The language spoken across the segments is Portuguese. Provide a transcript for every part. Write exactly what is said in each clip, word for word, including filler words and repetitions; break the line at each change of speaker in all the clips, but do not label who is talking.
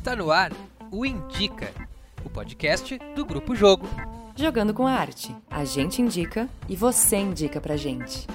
Está no ar o Indica, o podcast do Grupo Jogo.
Jogando com a arte. A gente indica e você indica pra gente.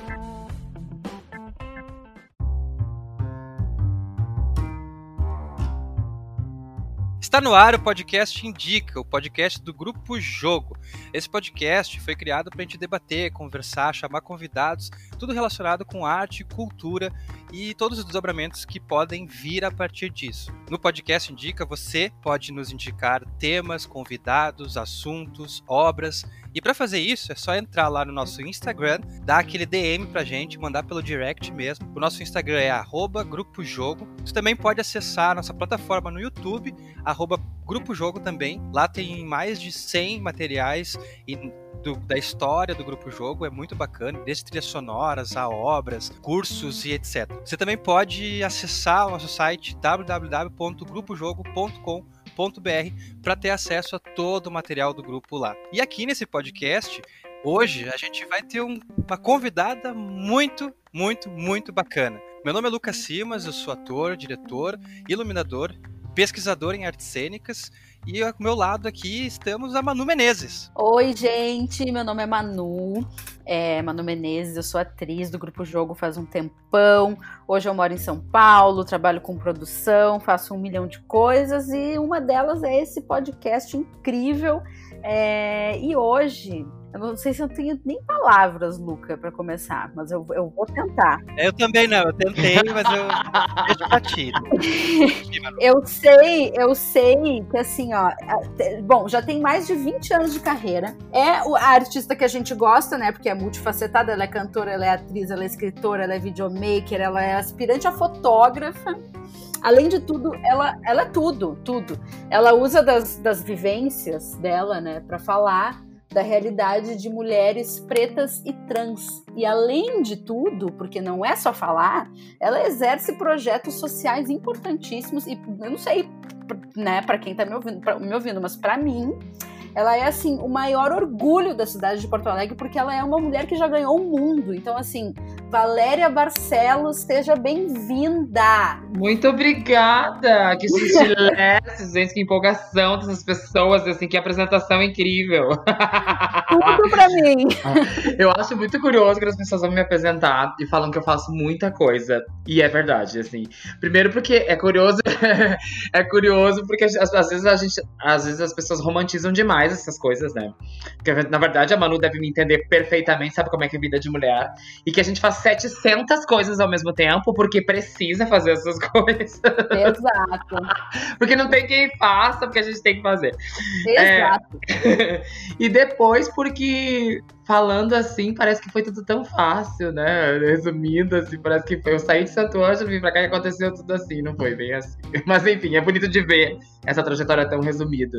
Está no ar o podcast Indica, o podcast do Grupo Jogo. Esse podcast foi criado para a gente debater, conversar, chamar convidados, tudo relacionado com arte, cultura e todos os desdobramentos que podem vir a partir disso. No podcast Indica, você pode nos indicar temas, convidados, assuntos, obras. E para fazer isso, é só entrar lá no nosso Instagram, dar aquele D M pra gente, mandar pelo direct mesmo. O nosso Instagram é arroba Grupo Jogo. Você também pode acessar a nossa plataforma no YouTube, arroba Grupo Jogo também. Lá tem mais de cem materiais e do, da história do Grupo Jogo, é muito bacana, desde trilhas sonoras a obras, cursos e etcétera. Você também pode acessar o nosso site w w w ponto grupo jogo ponto com ponto b r para ter acesso a todo o material do grupo lá. E aqui nesse podcast, hoje a gente vai ter um, uma convidada muito, muito, muito bacana. Meu nome é Lucas Simas, eu sou ator, diretor, iluminador, pesquisador em artes cênicas, e ao meu lado aqui estamos a Manu Menezes.
Oi, gente, meu nome é Manu, é Manu Menezes, eu sou atriz do Grupo Jogo faz um tempão. Hoje eu moro em São Paulo, trabalho com produção, faço um milhão de coisas e uma delas é esse podcast incrível. É, e hoje, eu não sei se eu tenho nem palavras, Luca, para começar, mas eu, eu vou tentar.
Eu também não, eu tentei, mas eu deixo batido.
Eu sei, eu sei que assim, ó, bom, já tem mais de vinte anos de carreira, é a artista que a gente gosta, né, porque é multifacetada, ela é cantora, ela é atriz, ela é escritora, ela é videomaker, ela é aspirante a fotógrafa. Além de tudo, ela, ela é tudo, tudo. Ela usa das, das vivências dela, né, para falar da realidade de mulheres pretas e trans. E além de tudo, porque não é só falar, ela exerce projetos sociais importantíssimos e eu não sei, né, para quem tá me ouvindo, pra, me ouvindo, mas para mim, ela é, assim, o maior orgulho da cidade de Porto Alegre, porque ela é uma mulher que já ganhou o mundo. Então, assim, Valéria Barcelos, seja bem-vinda!
Muito obrigada! Que gentileza, gente, que empolgação dessas pessoas, assim, que apresentação incrível!
Tudo pra mim!
Eu acho muito curioso quando as pessoas vão me apresentar e falam que eu faço muita coisa. E é verdade, assim. Primeiro porque é curioso, é curioso porque às, às vezes a gente, às vezes as pessoas romantizam demais essas coisas, né? Porque, na verdade, a Manu deve me entender perfeitamente, sabe como é que é vida de mulher. E que a gente faz setecentas coisas ao mesmo tempo, porque precisa fazer essas coisas.
Exato.
Porque não tem quem faça, porque a gente tem que fazer.
Exato.
É... E depois, porque falando assim, parece que foi tudo tão fácil, né? Resumindo, assim, parece que foi. Eu saí de Santo Ângelo, vim pra cá e aconteceu tudo assim, não foi bem assim. Mas enfim, é bonito de ver essa trajetória tão resumida.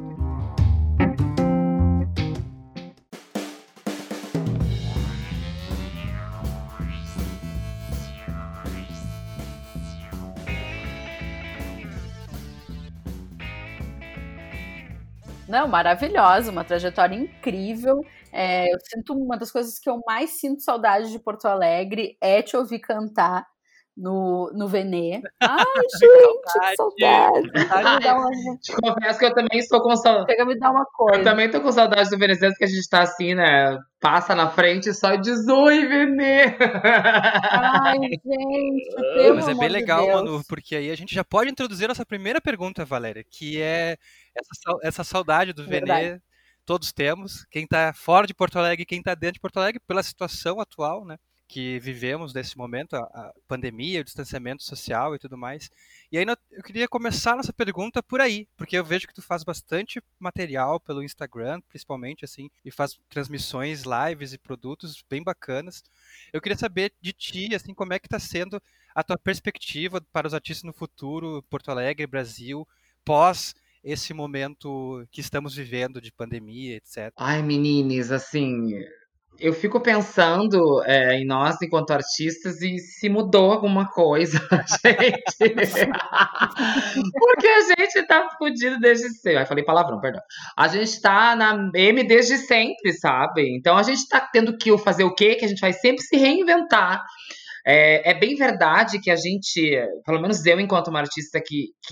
Não, maravilhosa, uma trajetória incrível. É, eu sinto uma das coisas que eu mais sinto saudade de Porto Alegre é te ouvir cantar no, no Venê. Ai, gente, que saudade!
Ai, dá uma... Te confesso que eu também estou com saudade.
Chega a me dar uma coisa.
Eu também tô com saudade do Venezuela, porque a gente tá assim, né? Passa na frente e só diz oi, Venê!
Ai, gente, pelo
Mas é bem legal,
de
Manu, porque aí a gente já pode introduzir nossa primeira pergunta, Valéria, que é essa, essa saudade do Venê. Todos temos, quem tá fora de Porto Alegre e quem tá dentro de Porto Alegre, pela situação atual, né, que vivemos nesse momento, a, a pandemia, o distanciamento social e tudo mais. E aí eu queria começar nossa pergunta por aí, porque eu vejo que tu faz bastante material pelo Instagram, principalmente, assim, e faz transmissões, lives e produtos bem bacanas. Eu queria saber de ti, assim, como é que tá sendo a tua perspectiva para os artistas no futuro, Porto Alegre, Brasil, pós esse momento que estamos vivendo de pandemia, etcétera.
Ai, meninas, assim, eu fico pensando é, em nós enquanto artistas e se mudou alguma coisa, gente. Porque a gente tá fudido desde sempre. Ai, falei palavrão, perdão. A gente tá na M desde sempre, sabe? Então a gente tá tendo que fazer o quê? Que a gente vai sempre se reinventar. É, é bem verdade que a gente, pelo menos eu enquanto uma artista que, que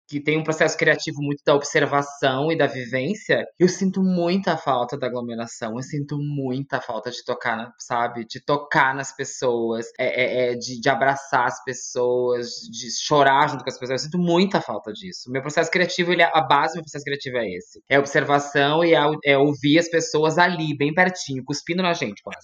que tem um processo criativo muito da observação e da vivência, eu sinto muita falta da aglomeração, eu sinto muita falta de tocar, na, sabe? De tocar nas pessoas, é, é, é, de, de abraçar as pessoas, de chorar junto com as pessoas. Eu sinto muita falta disso. Meu processo criativo, ele, a base do meu processo criativo é esse. É observação e é, é ouvir as pessoas ali, bem pertinho, cuspindo na gente, quase.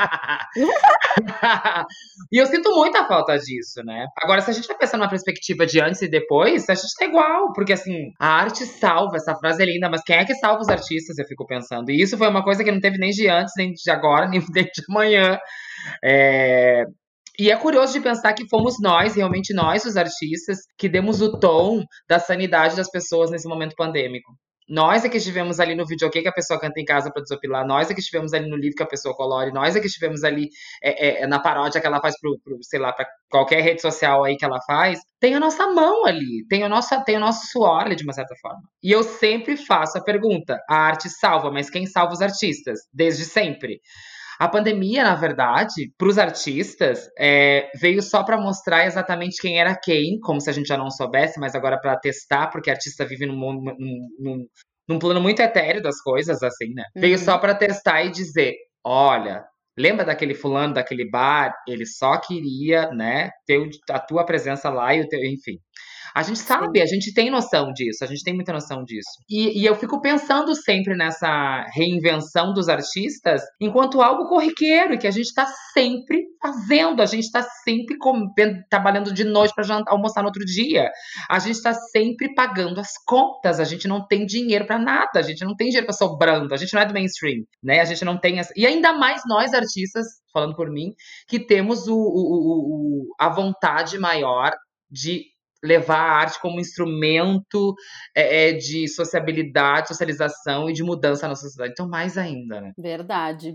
E eu sinto muita falta disso, né? Agora, se a gente vai pensar numa perspectiva de antes e depois, a gente tá igual. Porque, assim, a arte salva. Essa frase é linda, mas quem é que salva os artistas? Eu fico pensando. E isso foi uma coisa que não teve nem de antes, nem de agora, nem de amanhã. É... E é curioso de pensar que fomos nós, realmente nós, os artistas, que demos o tom da sanidade das pessoas nesse momento pandêmico. Nós é que estivemos ali no videokê que a pessoa canta em casa pra desopilar, nós é que estivemos ali no livro que a pessoa colore, nós é que estivemos ali é, é, na paródia que ela faz pro, pro, sei lá, pra qualquer rede social aí que ela faz. Tem a nossa mão ali, tem o nosso, tem o nosso suor ali, de uma certa forma. E eu sempre faço a pergunta, a arte salva, mas quem salva os artistas? Desde sempre. A pandemia, na verdade, para os artistas, é, veio só para mostrar exatamente quem era quem, como se a gente já não soubesse, mas agora para testar, porque artista vive num, num, num, num plano muito etéreo das coisas, assim, né? Uhum. Veio só para testar e dizer, olha, lembra daquele fulano, daquele bar? Ele só queria, né, ter a tua presença lá e o teu, enfim. A gente sabe, Sim. a gente tem noção disso, a gente tem muita noção disso. E, e eu fico pensando sempre nessa reinvenção dos artistas enquanto algo corriqueiro, que a gente está sempre fazendo, a gente está sempre com, trabalhando de noite para almoçar no outro dia, a gente está sempre pagando as contas, a gente não tem dinheiro para nada, a gente não tem dinheiro para sobrando, a gente não é do mainstream, né? A gente não tem essa... E ainda mais nós artistas, falando por mim, que temos o, o, o, a vontade maior de levar a arte como instrumento é, de sociabilidade, socialização e de mudança na sociedade. Então, mais ainda, né?
Verdade.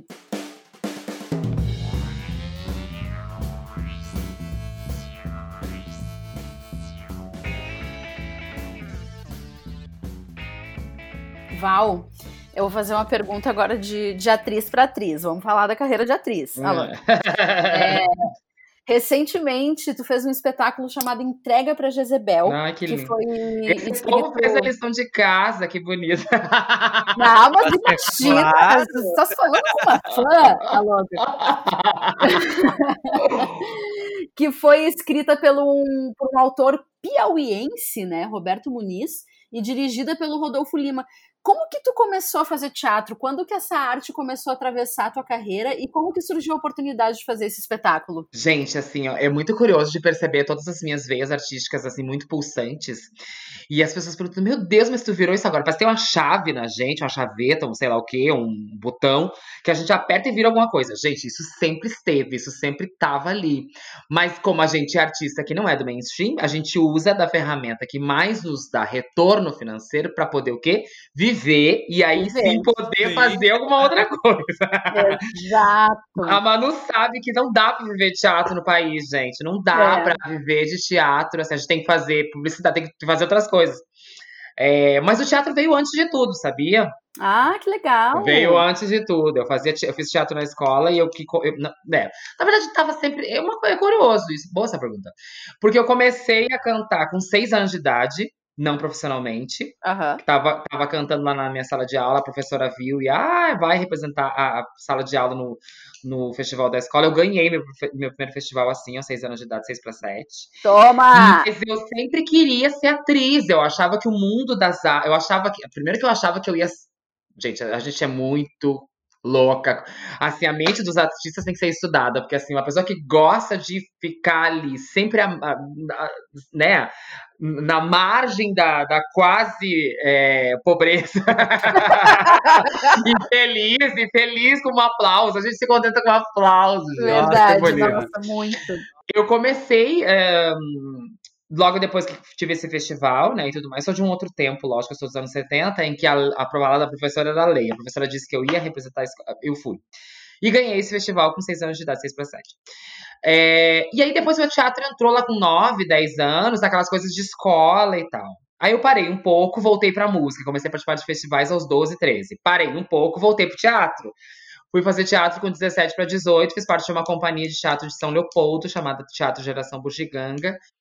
Val, eu vou fazer uma pergunta agora de, de atriz para atriz. Vamos falar da carreira de atriz. Alô. É... Recentemente, tu fez um espetáculo chamado Entrega pra Jezebel.
Ai, que lindo.
Que foi
Esse
escrito...
povo fez a lição de casa, que bonito.
Não, mas imagina, claro. Você tá falando com uma fã, a louca. Que foi escrita pelo um, por um autor piauiense, né, Roberto Muniz, e dirigida pelo Rodolfo Lima. Como que tu começou a fazer teatro? Quando que essa arte começou a atravessar a tua carreira e como que surgiu a oportunidade de fazer esse espetáculo?
Gente, assim, ó, é muito curioso de perceber todas as minhas veias artísticas, assim, muito pulsantes. E as pessoas perguntam, meu Deus, mas tu virou isso agora? Parece que tem uma chave na gente, uma chaveta, um sei lá o quê, um botão, que a gente aperta e vira alguma coisa. Gente, isso sempre esteve, isso sempre tava ali. Mas como a gente é artista que não é do mainstream, a gente usa da ferramenta que mais nos dá retorno financeiro pra poder o quê? Viver. Ver, e aí Viver. sim poder sim. fazer alguma outra coisa.
Exato.
A Manu sabe que não dá pra viver teatro no país, gente. Não dá é. pra viver de teatro. Assim, a gente tem que fazer publicidade, tem que fazer outras coisas. É, mas o teatro veio antes de tudo, sabia?
Ah, que legal!
Veio antes de tudo. Eu, fazia, eu fiz teatro na escola e eu... eu né, na verdade, tava sempre... É, uma, é curioso isso. Boa essa pergunta. Porque eu comecei a cantar com seis anos de idade, não profissionalmente.
Uhum.
Tava, tava cantando lá na minha sala de aula, a professora viu e ah, vai representar a, a sala de aula no, no festival da escola. Eu ganhei meu, meu primeiro festival assim, aos seis anos de idade, seis para sete.
Toma!
Mas eu sempre queria ser atriz. Eu achava que o mundo das artes... Eu achava que... Primeiro que eu achava que eu ia... Gente, a gente é muito louca. Assim, a mente dos artistas tem que ser estudada, porque assim, uma pessoa que gosta de ficar ali, sempre, a, a, a, né, na margem da, da quase é, pobreza, e feliz, e feliz com um aplauso, a gente se contenta com um aplauso.
Verdade, nossa, nossa, muito.
Eu comecei... É, logo depois que tive esse festival, né, e tudo mais, sou de um outro tempo, lógico, eu sou dos anos setenta, em que a, a palavra da professora era lei. A professora disse que eu ia representar a escola, eu fui. E ganhei esse festival com seis anos de idade, seis para sete. É, e aí depois meu teatro entrou lá com nove, dez anos, aquelas coisas de escola e tal. Aí eu parei um pouco, voltei pra música, comecei a participar de festivais aos doze, treze. Parei um pouco, voltei pro teatro. Fui fazer teatro com dezessete para dezoito, fiz parte de uma companhia de teatro de São Leopoldo, chamada Teatro Geração Bugiganga.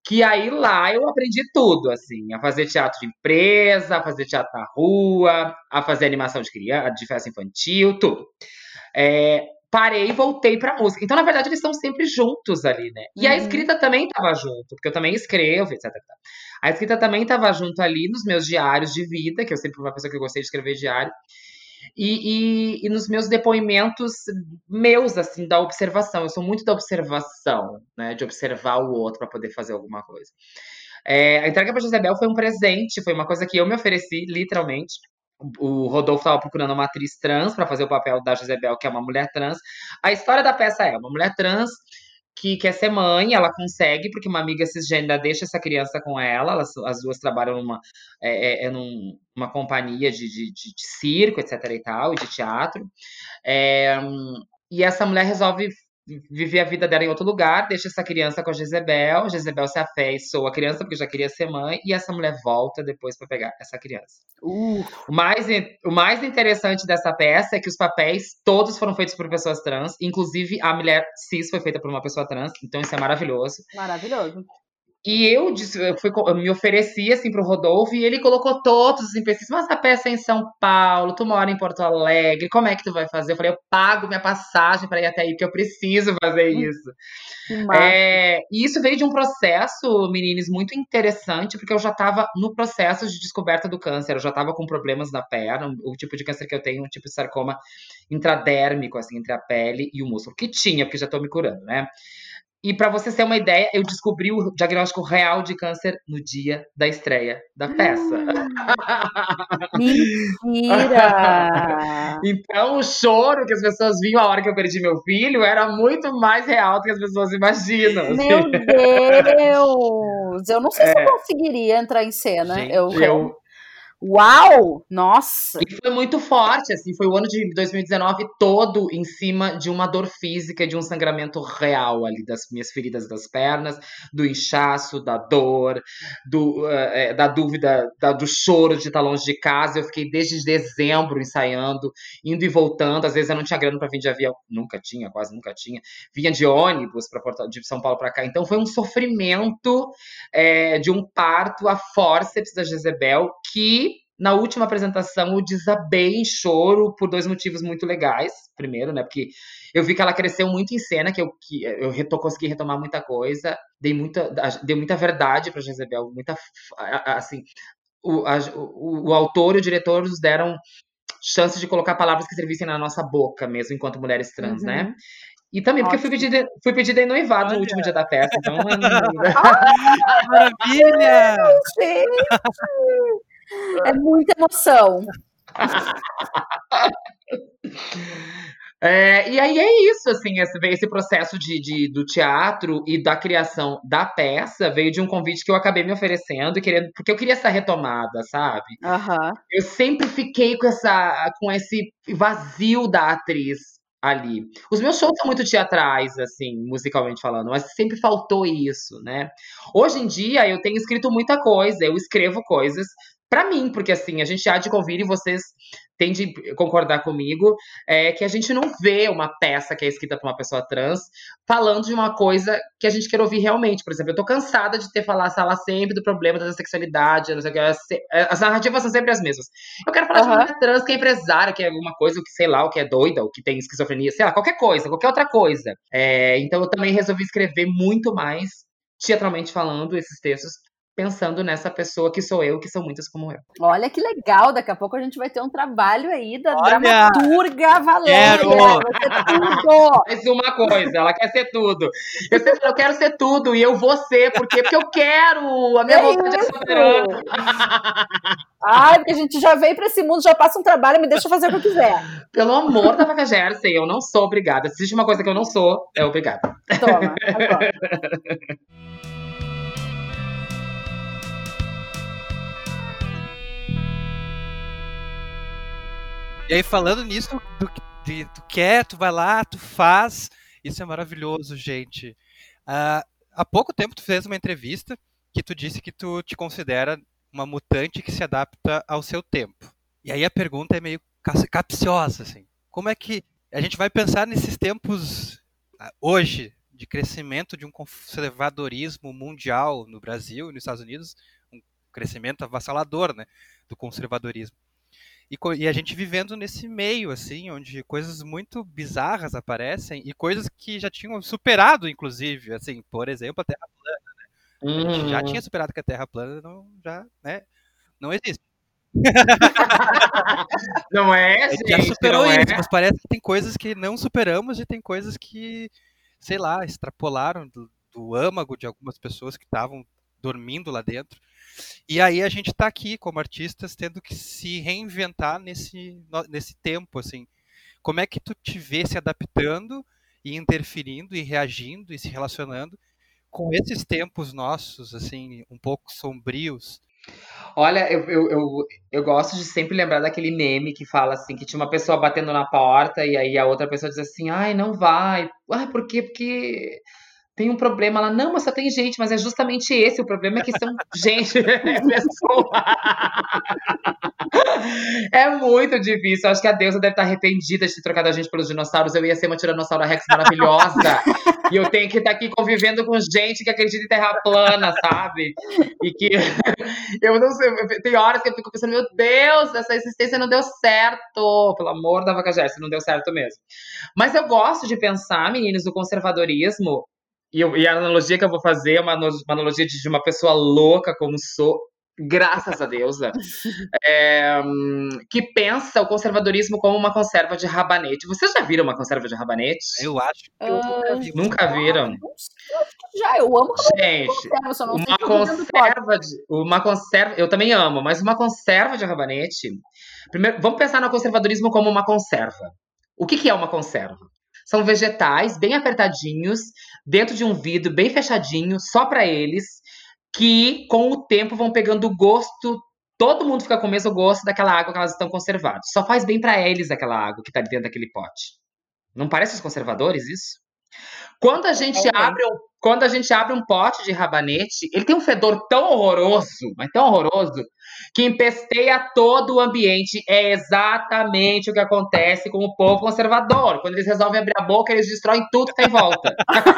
Que aí lá eu aprendi tudo, assim, a fazer teatro de empresa, a fazer teatro na rua, a fazer animação de criança, de festa infantil, tudo. É, parei e voltei pra música. Então, na verdade, eles estão sempre juntos ali, né? E a
Uhum.
escrita também estava junto, porque eu também escrevo, etcétera. A escrita também estava junto ali nos meus diários de vida, que eu sempre fui uma pessoa que eu gostei de escrever diário. E, e, e nos meus depoimentos meus, assim, da observação. Eu sou muito da observação, né? De observar o outro para poder fazer alguma coisa. É, a entrega para Jezebel foi um presente, foi uma coisa que eu me ofereci, literalmente. O Rodolfo estava procurando uma atriz trans para fazer o papel da Jezebel, que é uma mulher trans. A história da peça é uma mulher trans que quer ser mãe, ela consegue, porque uma amiga cisgênera deixa essa criança com ela, elas, as duas trabalham numa, é, é, é numa companhia de, de, de, de circo, etc e tal, e de teatro. É, e essa mulher resolve viver a vida dela em outro lugar, deixa essa criança com a Jezebel, Jezebel se afeiçoa a criança porque já queria ser mãe, e essa mulher volta depois para pegar essa criança.
Uh.
O, mais, o mais interessante dessa peça é que os papéis todos foram feitos por pessoas trans, inclusive a mulher cis foi feita por uma pessoa trans, então isso é maravilhoso.
Maravilhoso.
E eu, disse, eu, fui, eu me ofereci, assim, pro Rodolfo, e ele colocou todos os empecilhos. Mas a peça é em São Paulo, tu mora em Porto Alegre, como é que tu vai fazer? Eu falei, eu pago minha passagem para ir até aí, porque eu preciso fazer isso. É, e isso veio de um processo, meninas, muito interessante, porque eu já estava no processo de descoberta do câncer, eu já estava com problemas na perna, o tipo de câncer que eu tenho, um tipo de sarcoma intradérmico, assim, entre a pele e o músculo, que tinha, porque já tô me curando, né? E para você ter uma ideia, eu descobri o diagnóstico real de câncer no dia da estreia da peça.
Mentira!
Então, o choro que as pessoas viam a hora que eu perdi meu filho era muito mais real do que as pessoas imaginam. Assim.
Meu Deus! Eu não sei é. se eu conseguiria entrar em cena.
Gente,
eu...
eu...
Uau! Nossa!
E foi muito forte, assim, foi o ano de dois mil e dezenove todo em cima de uma dor física, de um sangramento real ali, das minhas feridas das pernas, do inchaço, da dor, do, uh, da dúvida, da, do choro de estar longe de casa. Eu fiquei desde dezembro ensaiando, indo e voltando, às vezes eu não tinha grana para vir de avião, nunca tinha, quase nunca tinha, vinha de ônibus pra Porto, de São Paulo para cá, então foi um sofrimento é, de um parto a fórceps da Jezebel, que na última apresentação eu desabei em choro por dois motivos muito legais. Primeiro, né, porque eu vi que ela cresceu muito em cena, que eu, que eu reto, consegui retomar muita coisa, dei muita, dei muita verdade pra Jezebel, muita, assim, o, a, o, o autor e o diretor nos deram chance de colocar palavras que servissem na nossa boca mesmo, enquanto mulheres trans, uhum. né? E também porque Ótimo. fui pedida, fui pedida em noivado Olha. no último dia da peça, então...
ah, maravilha!
É muita emoção.
É, e aí é isso, assim, esse, esse processo de, de, do teatro e da criação da peça veio de um convite que eu acabei me oferecendo, e querendo, porque eu queria essa retomada, sabe?
Uhum.
Eu sempre fiquei com, essa, com esse vazio da atriz ali. Os meus shows são muito teatrais, assim, musicalmente falando, mas sempre faltou isso, né? Hoje em dia, eu tenho escrito muita coisa, eu escrevo coisas pra mim, porque assim, a gente há de convir e vocês têm de concordar comigo, é que a gente não vê uma peça que é escrita por uma pessoa trans falando de uma coisa que a gente quer ouvir realmente. Por exemplo, eu tô cansada de ter falado falar sempre do problema da sexualidade, não sei o que, as narrativas são sempre as mesmas. Eu quero falar uhum. de uma mulher trans que é empresária, que é alguma coisa, que sei lá, o que é doida, o que tem esquizofrenia, sei lá, qualquer coisa, qualquer outra coisa. É, então eu também resolvi escrever muito mais, teatralmente falando, esses textos, pensando nessa pessoa que sou eu, que são muitas como eu.
Olha que legal, daqui a pouco a gente vai ter um trabalho aí da Olha, dramaturga Valéria.
Quero.
Vai ser tudo.
Mais uma coisa, ela quer ser tudo. Eu sempre falo, eu quero ser tudo, e eu vou ser, porque, porque eu quero, a minha é vontade isso. é soberana.
Ai, porque a gente já veio pra esse mundo, já passa um trabalho, me deixa fazer o que eu quiser.
Pelo amor da vaca Jersey, eu não sou obrigada. Se existe uma coisa que eu não sou, é obrigada.
Toma, agora.
E aí, falando nisso, do, de, tu quer, tu vai lá, tu faz. Isso é maravilhoso, gente. Uh, há pouco tempo tu fez uma entrevista que tu disse que tu te considera uma mutante que se adapta ao seu tempo. E aí a pergunta é meio capciosa, assim. Como é que a gente vai pensar nesses tempos, hoje, de crescimento de um conservadorismo mundial no Brasil e nos Estados Unidos, um crescimento avassalador, né, do conservadorismo. E, e a gente vivendo nesse meio, assim, onde coisas muito bizarras aparecem e coisas que já tinham superado, inclusive, assim, por exemplo, a Terra plana, né? Uhum. A gente já tinha superado que a Terra plana não, já, né, não existe.
Não é, gente?
Já superou
não
isso,
é?
mas parece que tem coisas que não superamos e tem coisas que, sei lá, extrapolaram do, do âmago de algumas pessoas que estavam dormindo lá dentro. E aí a gente está aqui como artistas tendo que se reinventar nesse, nesse tempo, assim. Como é que tu te vê se adaptando e interferindo e reagindo e se relacionando com esses tempos nossos, assim, um pouco sombrios?
Olha, eu, eu, eu, eu gosto de sempre lembrar daquele meme que fala assim, que tinha uma pessoa batendo na porta e aí a outra pessoa diz assim, ai, não vai. Ai, por quê? Porque tem um problema lá. Não, mas só tem gente, mas é justamente esse. O problema é que são gente, é pessoa. É muito difícil. Eu acho que a deusa deve estar arrependida de ter trocado a gente pelos dinossauros. Eu ia ser uma Tiranossauro Rex maravilhosa. E eu tenho que estar aqui convivendo com gente que acredita em terra plana, sabe? E que eu não sei, tem horas que eu fico pensando, meu Deus, essa existência não deu certo. Pelo amor da vaca Jesse, não deu certo mesmo. Mas eu gosto de pensar, meninos, do conservadorismo. E, eu, e a analogia que eu vou fazer é uma, uma analogia de, de uma pessoa louca como sou, graças a Deus, é, que pensa o conservadorismo como uma conserva de rabanete. Vocês já viram uma conserva de rabanete?
Eu acho que eu
uh,
nunca vi.
Nunca viram?
Eu acho que já, eu amo
Gente,
conserva, só não
uma
sei
conserva de, uma conserva, eu também amo, mas uma conserva de rabanete. Primeiro, vamos pensar no conservadorismo como uma conserva. O que, que é uma conserva? São vegetais bem apertadinhos, dentro de um vidro bem fechadinho, só para eles, que com o tempo vão pegando o gosto. Todo mundo fica com o mesmo gosto daquela água que elas estão conservadas. Só faz bem para eles aquela água que tá dentro daquele pote. Não parece os conservadores isso? Quando a gente abre um, quando a gente abre um pote de rabanete, ele tem um fedor tão horroroso, mas tão horroroso, que empesteia todo o ambiente. É exatamente o que acontece com o povo conservador. Quando eles resolvem abrir a boca, eles destroem tudo que tá em volta.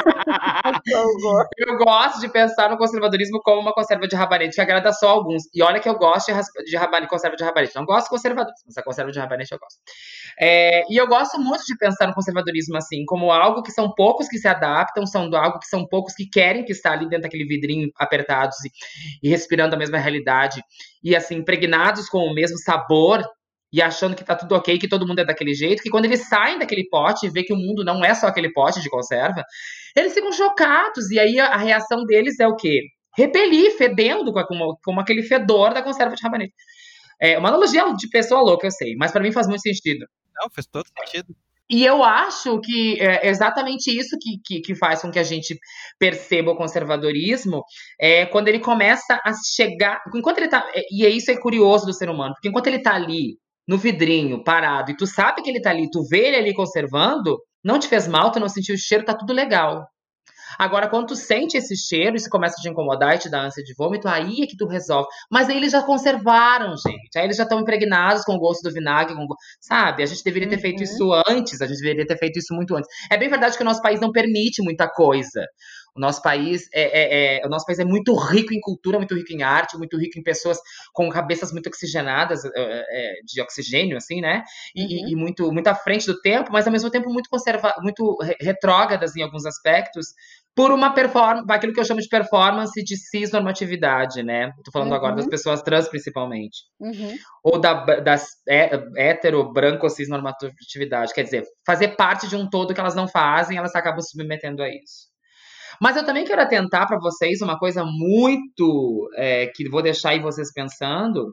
Eu gosto de pensar no conservadorismo como uma conserva de rabanete que agrada só a alguns. E olha que eu gosto de, de rabanete, conserva de rabanete. Não gosto de conservadorismo, mas a conserva de rabanete eu gosto. É, e eu gosto muito de pensar no conservadorismo assim, como algo que são poucos que se adaptam, são algo que são poucos que querem que está ali dentro daquele vidrinho apertados e, e respirando a mesma realidade. E assim, impregnados com o mesmo sabor e achando que tá tudo ok, que todo mundo é daquele jeito, que quando eles saem daquele pote e vê que o mundo não é só aquele pote de conserva, eles ficam chocados. E aí a, a reação deles é o quê? Repelir, fedendo como, como aquele fedor da conserva de rabanete. É uma analogia de pessoa louca, eu sei, mas para mim faz muito sentido.
Não, faz todo sentido.
E eu acho que é exatamente isso que, que, que faz com que a gente perceba o conservadorismo, é quando ele começa a chegar. Enquanto ele tá. E isso é curioso do ser humano, porque enquanto ele tá ali, no vidrinho, parado, e tu sabe que ele tá ali, tu vê ele ali conservando, não te fez mal, tu não sentiu o cheiro, tá tudo legal. Agora, quando tu sente esse cheiro, isso começa a te incomodar e te dá ânsia de vômito, aí é que tu resolve. Mas aí eles já conservaram, gente. Aí eles já estão impregnados com o gosto do vinagre, com... sabe? A gente deveria ter uhum. feito isso antes, a gente deveria ter feito isso muito antes. É bem verdade que o nosso país não permite muita coisa. O nosso país é, é, é, o nosso país é muito rico em cultura, muito rico em arte, muito rico em pessoas com cabeças muito oxigenadas, é, é, de oxigênio, assim, né? E, uhum. e, e muito, muito à frente do tempo, mas ao mesmo tempo muito, conserva muito retrógradas em alguns aspectos, por uma performance, aquilo que eu chamo de performance de cisnormatividade, né? Tô falando uhum. agora das pessoas trans, principalmente.
Uhum.
Ou da, das é, hétero, branco, cisnormatividade. Quer dizer, fazer parte de um todo que elas não fazem, elas acabam se submetendo a isso. Mas eu também quero atentar para vocês uma coisa muito é, que vou deixar aí vocês pensando,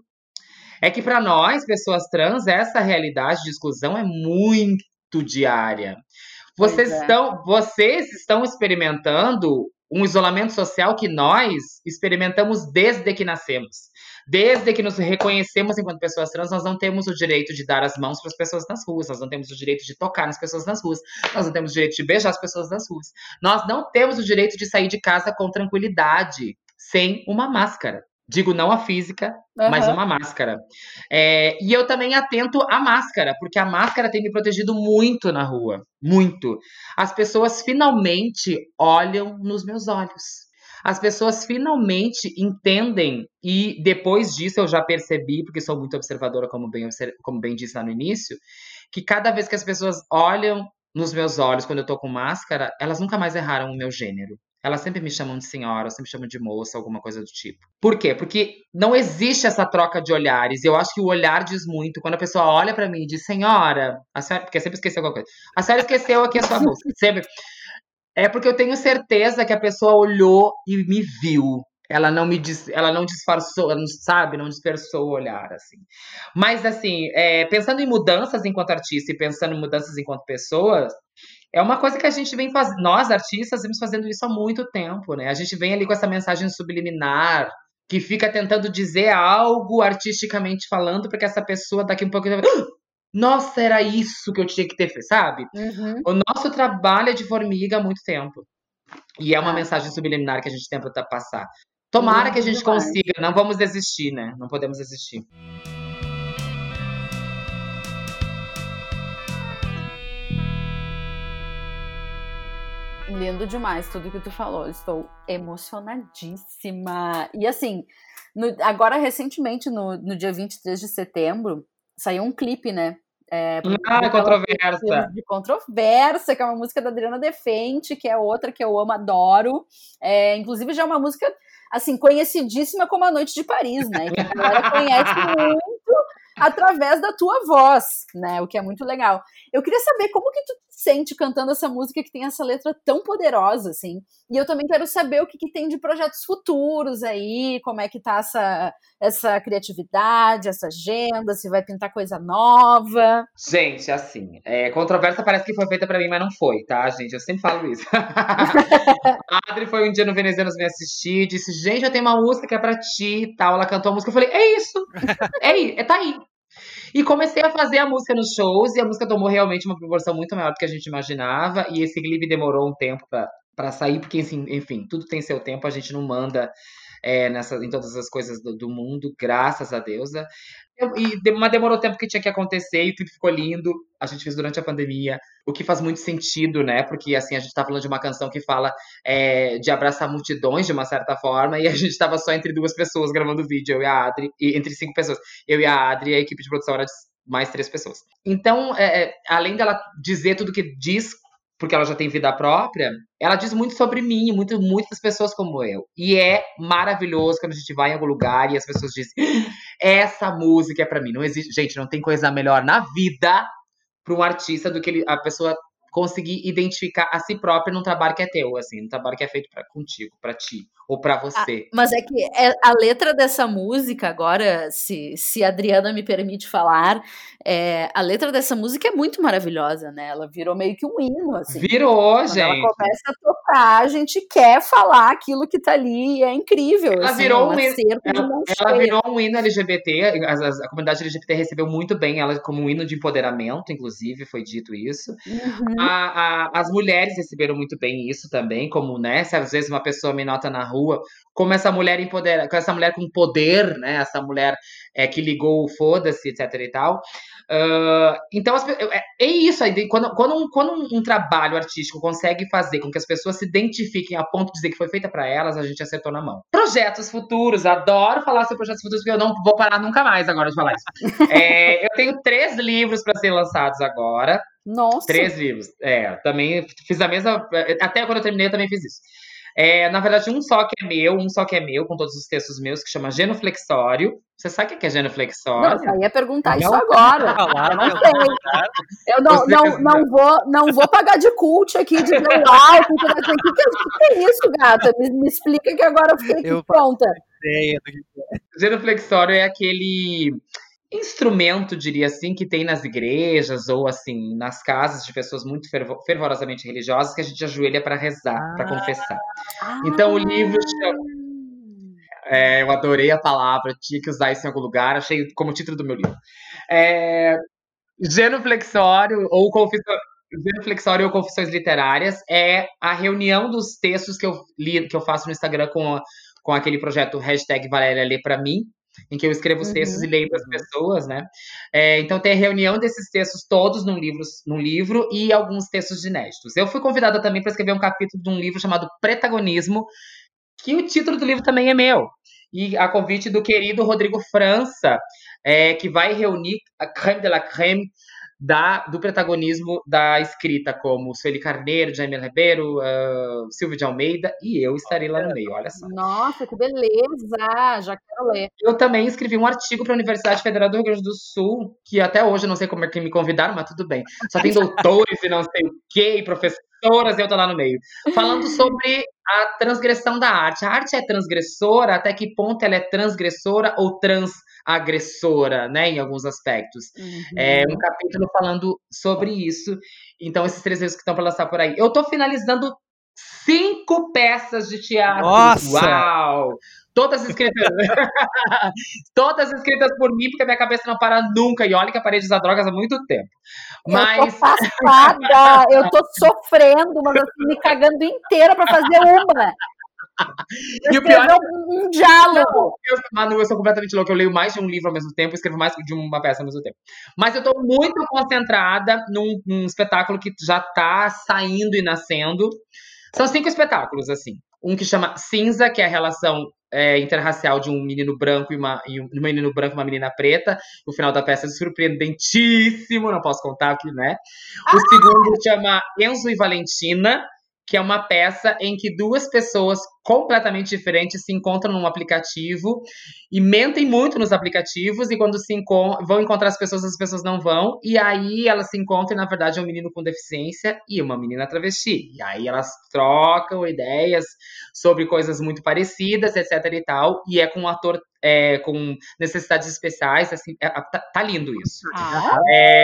é que para nós, pessoas trans, essa realidade de exclusão é muito diária. Vocês, é. estão, vocês estão experimentando um isolamento social que nós experimentamos desde que nascemos. Desde que nos reconhecemos enquanto pessoas trans, nós não temos o direito de dar as mãos para as pessoas nas ruas, nós não temos o direito de tocar nas pessoas nas ruas, nós não temos o direito de beijar as pessoas nas ruas, nós não temos o direito de sair de casa com tranquilidade, sem uma máscara. Digo não a física,
Aham.
mas uma máscara. É, e eu também atento à máscara, porque a máscara tem me protegido muito na rua. Muito. As pessoas finalmente olham nos meus olhos. As pessoas finalmente entendem, e depois disso eu já percebi, porque sou muito observadora, como bem, obser- como bem disse lá no início, que cada vez que as pessoas olham nos meus olhos quando eu tô com máscara, elas nunca mais erraram o meu gênero. Elas sempre me chamam de senhora, sempre me chamam de moça, alguma coisa do tipo. Por quê? Porque não existe essa troca de olhares. Eu acho que o olhar diz muito. Quando a pessoa olha pra mim e diz, senhora, a senhora, porque sempre esqueceu alguma coisa. A senhora esqueceu aqui a sua bolsa. Sempre. É porque eu tenho certeza que a pessoa olhou e me viu. Ela não me dis, ela não disfarçou, ela não sabe, não dispersou o olhar, assim. Mas, assim, é, pensando em mudanças enquanto artista e pensando em mudanças enquanto pessoas, é uma coisa que a gente vem fazendo, nós artistas vemos fazendo isso há muito tempo, né? A gente vem ali com essa mensagem subliminar, que fica tentando dizer algo artisticamente falando, para que essa pessoa daqui um pouco... Nossa, era isso que eu tinha que ter feito, sabe?
Uhum.
O nosso trabalho é de formiga há muito tempo. E é uma
Ah.
mensagem subliminar que a gente tenta passar. Tomara que a gente
Demais.
consiga, não vamos desistir, né? Não podemos desistir.
Lindo demais tudo que tu falou. Estou emocionadíssima. E assim, no- agora recentemente, no, no dia vinte e três de setembro, saiu um clipe, né? É,
Ah,
produzido pela
controvérsia.
Filhos de Controvérsia, que é uma música da Adriana Defente, que é outra que eu amo, adoro. É, inclusive já é uma música, assim, conhecidíssima como A Noite de Paris, né? Que a galera conhece muito através da tua voz, né? O que é muito legal. Eu queria saber como que tu te sente cantando essa música que tem essa letra tão poderosa, assim. E eu também quero saber o que, que tem de projetos futuros aí, como é que tá essa, essa criatividade, essa agenda, se vai pintar coisa nova.
Gente, assim, é, controvérsia parece que foi feita pra mim, mas não foi, tá, gente? Eu sempre falo isso. A Adri foi um dia no Venezianos me assistir e disse, gente, eu tenho uma música que é pra ti e tal. Ela cantou a música, eu falei, é isso, é, aí, é tá aí. E comecei a fazer a música nos shows, e a música tomou realmente uma proporção muito maior do que a gente imaginava, e esse clipe demorou um tempo pra, pra sair, porque, assim, enfim, tudo tem seu tempo, a gente não manda é, nessa, em todas as coisas do, do mundo, graças a Deus. Né? E, de- mas demorou o tempo que tinha que acontecer, e tudo ficou lindo. A gente fez durante a pandemia, o que faz muito sentido, né? Porque, assim, a gente tá falando de uma canção que fala é, de abraçar multidões, de uma certa forma, e a gente tava só entre duas pessoas gravando vídeo, eu e a Adri, e entre cinco pessoas. Eu e a Adri, e a equipe de produção era de mais três pessoas. Então, é, é, além dela dizer tudo que diz, porque ela já tem vida própria, ela diz muito sobre mim, muito, muitas pessoas como eu. E é maravilhoso quando a gente vai em algum lugar e as pessoas dizem, essa música é pra mim. Não existe, gente, não tem coisa melhor na vida para um artista do que ele, a pessoa conseguir identificar a si própria num trabalho que é teu, assim, num trabalho que é feito para contigo, para ti ou para você.
Ah, mas é que é- a letra dessa música, agora, se, se a Adriana me permite falar, é, a letra dessa música é muito maravilhosa, né? Ela virou meio que um hino, assim.
Virou,
Quando ela
gente.
começa a tocar, a gente quer falar aquilo que tá ali e é incrível.
Ela
assim,
virou
um
um hino,
acerto de
ela,
mão
ela
cheia.
virou um hino L G B T, a, a- a comunidade L G B T recebeu muito bem ela como um hino de empoderamento, inclusive, foi dito isso.
Uhum.
A- a- as mulheres receberam muito bem isso também, como, né, se às vezes uma pessoa me nota na rua, como essa mulher empodera, com essa mulher com poder, né, essa mulher é, que ligou o foda-se, etc e tal. Ah, então, as pe- é, é isso aí, quando, quando, um, quando um, um trabalho artístico consegue fazer com que as pessoas se identifiquem a ponto de dizer que foi feita pra elas, a gente acertou na mão. Projetos futuros, adoro falar sobre projetos futuros, porque eu não vou parar nunca mais agora de falar isso. É, eu tenho três livros pra serem lançados agora.
Nossa.
Três livros. É, também fiz a mesma. Até quando eu terminei, eu também fiz isso. É, na verdade, um só que é meu, um só que é meu, com todos os textos meus, que chama Genuflexório. Você sabe o que é
Não,
genuflexório?
eu ia perguntar isso
Não.
agora.
Falar,
Eu não
né?
sei. Eu não,
Você-
não, não, vou, não vou pagar de cult aqui, de dizer uau, o que, que, que, que, que é isso, gata? Me, me explica que agora eu fiquei aqui
Eu-
pronta.
Ideia do que-
Genuflexório é aquele instrumento, diria assim, que tem nas igrejas ou assim, nas casas de pessoas muito fervo- fervorosamente religiosas que a gente ajoelha para rezar, para confessar. Então o livro chama. É, eu adorei a palavra, tinha que usar isso em algum lugar, achei como título do meu livro. É, Genuflexório ou confissões. Genuflexório ou Confissões Literárias é a reunião dos textos que eu li, que eu faço no Instagram com, com aquele projeto hashtag Valéria Lê Pra Mim, em que eu escrevo os textos
Uhum.
e leio para as pessoas, né? É, então tem a reunião desses textos todos num livro, num livro e alguns textos inéditos. Eu fui convidada também para escrever um capítulo de um livro chamado Pretagonismo, que o título do livro também é meu. E a convite do querido Rodrigo França, é, que vai reunir a crème de la crème da, do protagonismo da escrita, como Sueli Carneiro, Jaime Ribeiro, uh, Silvio de Almeida, e eu estarei lá no meio, olha só.
Nossa, que beleza! Já quero ler.
Eu também escrevi um artigo para a Universidade Federal do Rio Grande do Sul, que até hoje eu não sei como é que me convidaram, mas tudo bem. Só tem doutores e não sei o quê, e professoras, e eu tô lá no meio. Falando sobre a transgressão da arte. A arte é transgressora? Até que ponto ela é transgressora ou transagressora, né? Em alguns aspectos.
Uhum.
É um capítulo falando sobre isso. Então, esses três livros que estão para lançar por aí. Eu tô finalizando cinco peças de teatro.
Nossa!
Uau! Todas escritas. Todas escritas por mim, porque a minha cabeça não para nunca. E olha que eu parei de usar drogas há muito tempo. Mas...
Eu tô passada, eu tô sofrendo, mas assim, me cagando inteira pra fazer uma.
E o pior é
um, um diálogo.
Eu, Manu, eu sou completamente louca. Eu leio mais de um livro ao mesmo tempo, escrevo mais de uma peça ao mesmo tempo. Mas eu tô muito concentrada num, num espetáculo que já tá saindo e nascendo. São cinco espetáculos, assim. Um que chama Cinza, que é a relação é, interracial de um menino branco e uma, e um menino branco e uma menina preta. O final da peça é surpreendentíssimo, não posso contar aqui, né? O ah! segundo chama Enzo e Valentina, que é uma peça em que duas pessoas completamente diferentes se encontram num aplicativo e mentem muito nos aplicativos, e quando se encont- vão encontrar as pessoas, as pessoas não vão, e aí elas se encontram e na verdade é um menino com deficiência e uma menina travesti, e aí elas trocam ideias sobre coisas muito parecidas, etc e tal, e é com um ator é, com necessidades especiais, assim, é, tá, tá lindo isso.
Ah.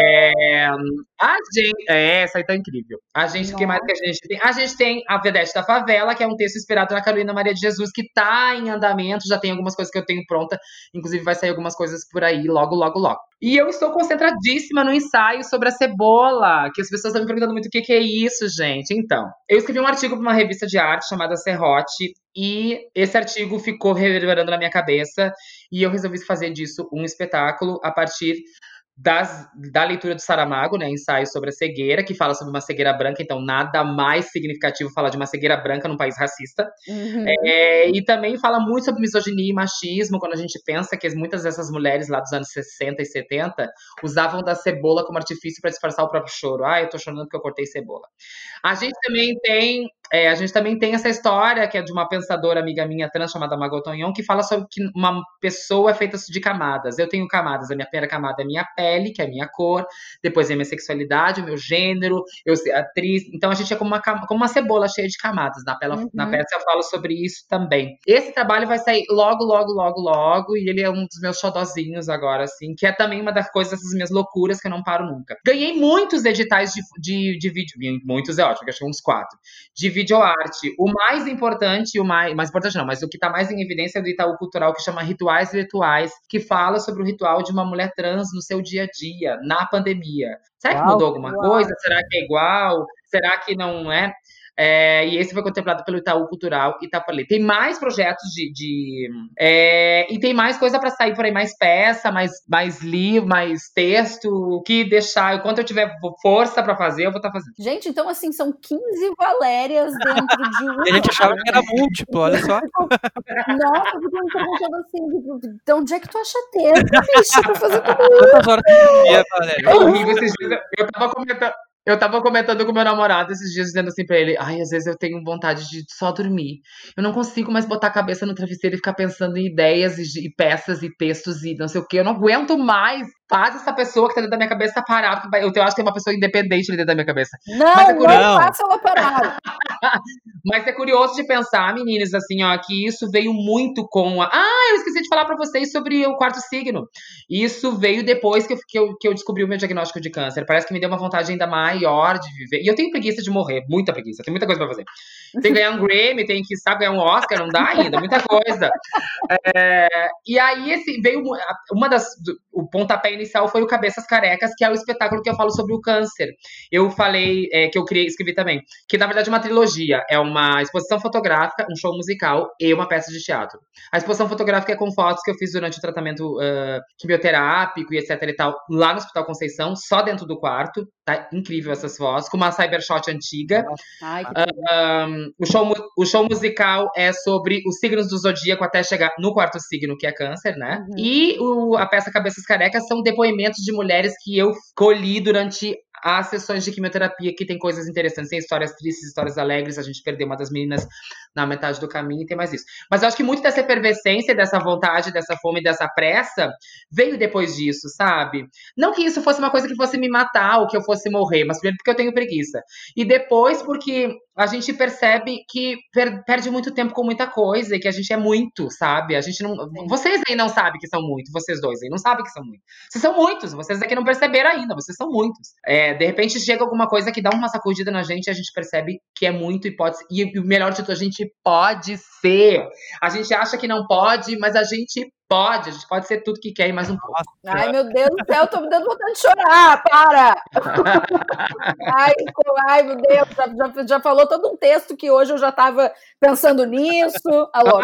É, a gente, é, essa aí tá incrível. A gente, o que mais que a gente tem? A gente tem A Vedete da Favela, que é um texto inspirado na Carolina Maria de Jesus, que tá em andamento, já tem algumas coisas que eu tenho pronta, inclusive vai sair algumas coisas por aí, logo, logo, logo. E eu estou concentradíssima no ensaio sobre a cebola, que as pessoas estão me perguntando muito o que, que é isso, gente. Então, eu escrevi um artigo para uma revista de arte chamada Serrote, e esse artigo ficou reverberando na minha cabeça, e eu resolvi fazer disso um espetáculo a partir Das, da leitura do Saramago, né, ensaio sobre a cegueira, que fala sobre uma cegueira branca, então nada mais significativo falar de uma cegueira branca num país racista.
Uhum.
É, e também fala muito sobre misoginia e machismo, quando a gente pensa que muitas dessas mulheres lá dos anos sessenta e setenta usavam da cebola como artifício para disfarçar o próprio choro. Ah, eu tô chorando porque eu cortei cebola. A gente também tem, é, a gente também tem essa história, que é de uma pensadora amiga minha trans, chamada Margot Tonhon, que fala sobre que uma pessoa é feita de camadas. Eu tenho camadas, a minha primeira camada é minha pele, que é a minha cor, depois é a minha sexualidade, o meu gênero, eu ser atriz. Então a gente é como uma, como uma cebola cheia de camadas. Na, pela, uhum. na peça eu falo sobre isso também. Esse trabalho vai sair logo, logo, logo, logo, e ele é um dos meus xodozinhos agora, assim, que é também uma das coisas, dessas minhas loucuras, que eu não paro nunca. Ganhei muitos editais de, de, de vídeo, muitos é ótimo, acho que uns quatro, de videoarte. O mais importante, o mais, mais importante não, mas o que tá mais em evidência é do Itaú Cultural, que chama Rituais e Rituais, que fala sobre o ritual de uma mulher trans no seu dia a dia, na pandemia. Será que uau, mudou alguma uau. coisa? Será que é igual? Será que não é? É, e esse foi contemplado pelo Itaú Cultural Itapalê. Tem mais projetos de... de é, e tem mais coisa para sair por aí, mais peça, mais, mais livro, mais texto, o que deixar. Enquanto eu tiver força para fazer, eu vou estar tá fazendo.
Gente, então assim, são quinze Valérias dentro de um...
E a gente achava que era múltiplo, olha só.
Nossa, eu fiquei me perguntando assim, de onde é que tu acha tempo, bicho, pra fazer tudo isso?
Quantas horas por dia, Valéria?
É horrível esses dias. Eu tava comentando... Eu tava comentando com meu namorado esses dias, dizendo assim pra ele, ai, às vezes eu tenho vontade de só dormir. Eu não consigo mais botar a cabeça no travesseiro e ficar pensando em ideias e, e peças e textos e não sei o quê. Eu não aguento mais. Faz essa pessoa que tá dentro da minha cabeça parar. Porque eu, eu acho que tem uma pessoa independente ali dentro da minha cabeça.
Não, Mas é curioso... não faça ela parar.
Mas é curioso de pensar, meninas, assim, ó, que isso veio muito com a... Ah, eu esqueci de falar pra vocês sobre o quarto signo. Isso veio depois que eu, que eu, que eu descobri o meu diagnóstico de câncer. Parece que me deu uma vontade ainda maior de viver. E eu tenho preguiça de morrer, muita preguiça. Tem muita coisa pra fazer. Tem que ganhar um Grammy, tem que, sabe, ganhar um Oscar, não dá ainda, muita coisa. É, e aí, esse veio uma das... O pontapé inicial foi o Cabeças Carecas, que é o espetáculo que eu falo sobre o câncer. Eu falei, é, que eu criei, escrevi também, que na verdade é uma trilogia, é uma exposição fotográfica, um show musical e uma peça de teatro. A exposição fotográfica é com fotos que eu fiz durante o tratamento uh, quimioterápico e etc e tal, lá no Hospital Conceição, só dentro do quarto, tá incrível essas fotos, com uma cybershot antiga.
Ai, que
uh, um, o, show, o show musical é sobre os signos do zodíaco até chegar no quarto signo, que é câncer, né?
Uhum.
E o, a peça Cabeças Carecas são depoimentos de mulheres que eu colhi durante as sessões de quimioterapia, que tem coisas interessantes, tem histórias tristes, histórias alegres. A gente perdeu uma das meninas na metade do caminho e tem mais isso. Mas eu acho que muito dessa efervescência, dessa vontade, dessa fome, dessa pressa veio depois disso, sabe? Não que isso fosse uma coisa que fosse me matar ou que eu fosse morrer, mas primeiro porque eu tenho preguiça. E depois porque a gente percebe que per- perde muito tempo com muita coisa e que a gente é muito, sabe? A gente não...
Sim.
Vocês aí não sabem que são muito, vocês dois aí não sabem que são muito. Vocês são muitos, vocês aqui não perceberam ainda, vocês são muitos. É, de repente chega alguma coisa que dá uma sacudida na gente e a gente percebe que é muito e pode ser. E o melhor de tudo, a gente pode ser. A gente acha que não pode, mas a gente pode. A gente pode ser tudo que quer e mais um pouco.
Ai, meu Deus do céu, tô me dando vontade de chorar, para! Ai, ai, meu Deus, já, já, já falou todo um texto que hoje eu já tava pensando nisso. Alô?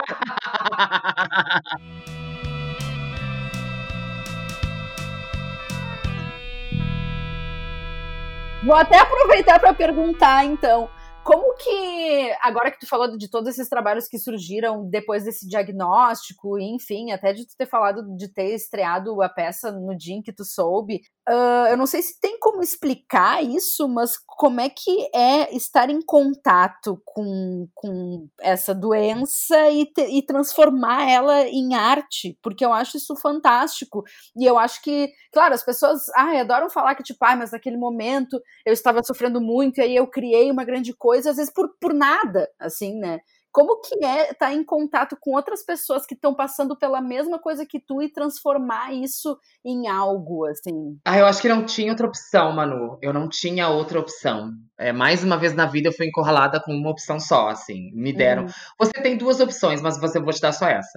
Vou até aproveitar para perguntar, então, como que, agora que tu falou de todos esses trabalhos que surgiram depois desse diagnóstico, enfim, até de tu ter falado de ter estreado a peça no dia em que tu soube, uh, eu não sei se tem como explicar isso, mas como é que é estar em contato com, com essa doença e, te, e transformar ela em arte, porque eu acho isso fantástico, e eu acho que, claro, as pessoas ai, adoram falar que tipo, ai, mas naquele momento eu estava sofrendo muito, e aí eu criei uma grande coisa, às vezes por, por nada, assim, né? Como que é estar em contato com outras pessoas que estão passando pela mesma coisa que tu e transformar isso em algo, assim?
Ah, eu acho que não tinha outra opção, Manu. Eu não tinha outra opção. É, mais uma vez na vida eu fui encurralada com uma opção só, assim. Me deram.
Uhum.
Você tem duas opções, mas você vou te dar só essa.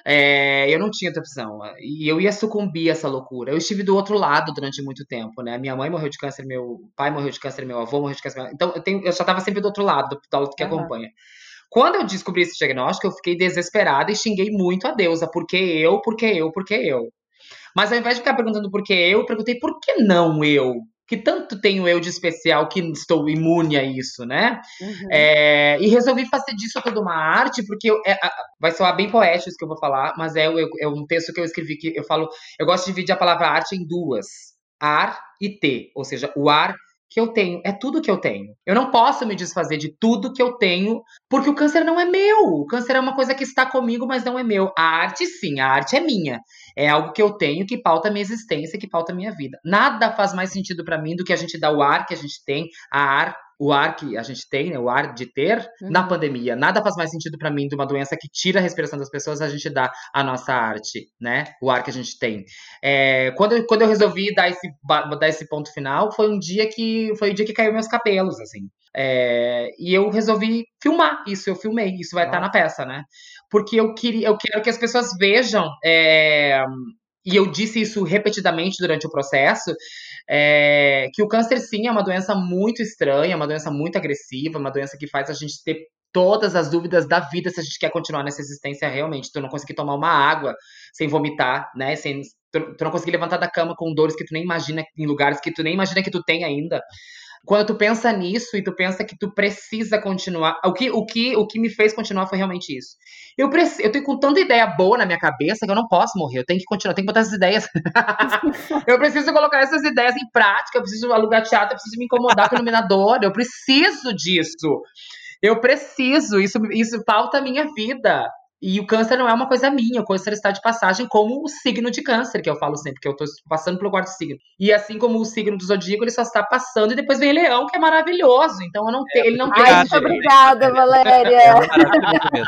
É, eu não tinha outra opção. E eu ia sucumbir a essa loucura. Eu estive do outro lado durante muito tempo, né? Minha mãe morreu de câncer, meu pai morreu de câncer, meu avô morreu de câncer. Então eu, tenho, eu já estava sempre do outro lado, do, do que
Uhum.
acompanha. Quando eu descobri esse diagnóstico, eu fiquei desesperada e xinguei muito a deusa. Por que eu? Por que eu? Por que eu? Mas ao invés de ficar perguntando por que eu, eu perguntei por que não eu? Que tanto tenho eu de especial que estou imune a isso, né?
Uhum.
É, e resolvi fazer disso toda uma arte, porque eu, é, vai soar bem poético isso que eu vou falar, mas é, eu, é um texto que eu escrevi que eu falo, eu gosto de dividir a palavra arte em duas, ar e ter, ou seja, o ar que eu tenho, é tudo que eu tenho. Eu não posso me desfazer de tudo que eu tenho, porque o câncer não é meu. O câncer é uma coisa que está comigo, mas não é meu. A arte, sim, a arte é minha. É algo que eu tenho, que pauta a minha existência, que pauta a minha vida. Nada faz mais sentido para mim do que a gente dar o ar que a gente tem, a ar, o ar que a gente tem, né, o ar de ter,
Uhum.
na pandemia. Nada faz mais sentido para mim de uma doença que tira a respiração das pessoas, a gente dá a nossa arte, né? O ar que a gente tem. É, quando, eu, quando eu resolvi dar esse, dar esse ponto final, foi um dia que foi o dia que caiu meus cabelos, assim. É, e eu resolvi filmar isso, eu filmei, isso vai estar na peça, né? Porque eu, queria, eu quero que as pessoas vejam, é, e eu disse isso repetidamente durante o processo, é, que o câncer, sim, é uma doença muito estranha, uma doença muito agressiva, uma doença que faz a gente ter todas as dúvidas da vida se a gente quer continuar nessa existência realmente. Tu não conseguir tomar uma água sem vomitar, né? Sem, tu, tu não conseguir levantar da cama com dores que tu nem imagina, em lugares que tu nem imagina que tu tem ainda. Quando tu pensa nisso e tu pensa que tu precisa continuar, o que, o que, o que me fez continuar foi realmente isso. Eu, preciso, eu tenho com tanta ideia boa na minha cabeça que eu não posso morrer, eu tenho que continuar, eu tenho que botar essas ideias. Eu preciso colocar essas ideias em prática, eu preciso alugar teatro, eu preciso me incomodar com o iluminador, eu preciso disso. Eu preciso, isso, isso pauta a minha vida. E o câncer não é uma coisa minha, o câncer está de passagem como o signo de câncer, que eu falo sempre, que eu estou passando pelo quarto signo. E assim como o signo do zodíaco, ele só está passando e depois vem leão, que é maravilhoso. Então eu não te, é, ele não tem...
Ai, muito obrigada, Valéria. É maravilhoso mesmo.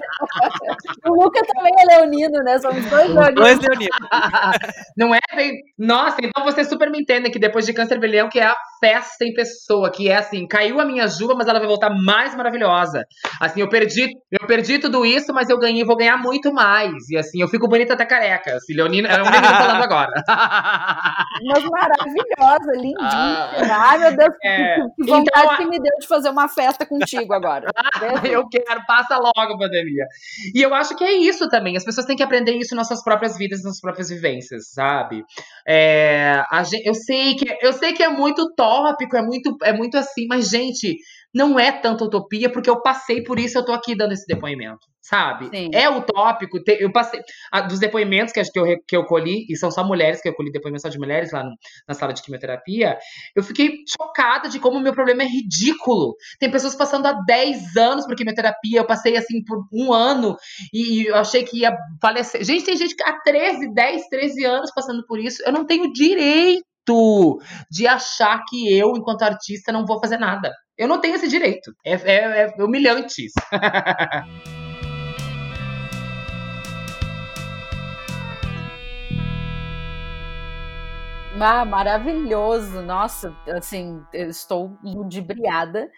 O Luca também é leonino, né? Somos dois leoninos.
Dois leoninos.
Não é? Nossa, então vocês super me entendem que depois de câncer vem leão, que é a festa em pessoa, que é assim, caiu a minha juba, mas ela vai voltar mais maravilhosa. Assim, eu perdi, eu perdi tudo isso, mas eu ganhei, vou ganhar ganhar muito mais. E assim, eu fico bonita até careca. Assim, Leonina, é um menino falando agora.
Mas maravilhosa, lindíssima. Ai, meu Deus,
É,
que, que vontade
então,
que me deu de fazer uma festa contigo agora.
eu quero, passa logo a pandemia. E eu acho que é isso também. As pessoas têm que aprender isso nas suas próprias vidas, nas suas próprias vivências, sabe? É, a gente, eu sei que eu sei que é muito utópico, é muito, é muito assim, mas, gente, não é tanta utopia, porque eu passei por isso, eu tô aqui dando esse depoimento, sabe?
Sim.
É utópico, te- eu passei, a- dos depoimentos que, acho que, eu, re- que eu colhi, e são só mulheres, que eu colhi depoimentos só de mulheres lá no- na sala de quimioterapia, eu fiquei chocada de como o meu problema é ridículo. Tem pessoas passando há dez anos por quimioterapia, eu passei assim por um ano, e, e eu achei que ia falecer. Gente, tem gente que há treze, dez, treze anos passando por isso, eu não tenho direito de achar que eu, enquanto artista, não vou fazer nada. Eu não tenho esse direito. É, é, é humilhante isso.
Ah, maravilhoso. Nossa, assim, eu estou ludibriada.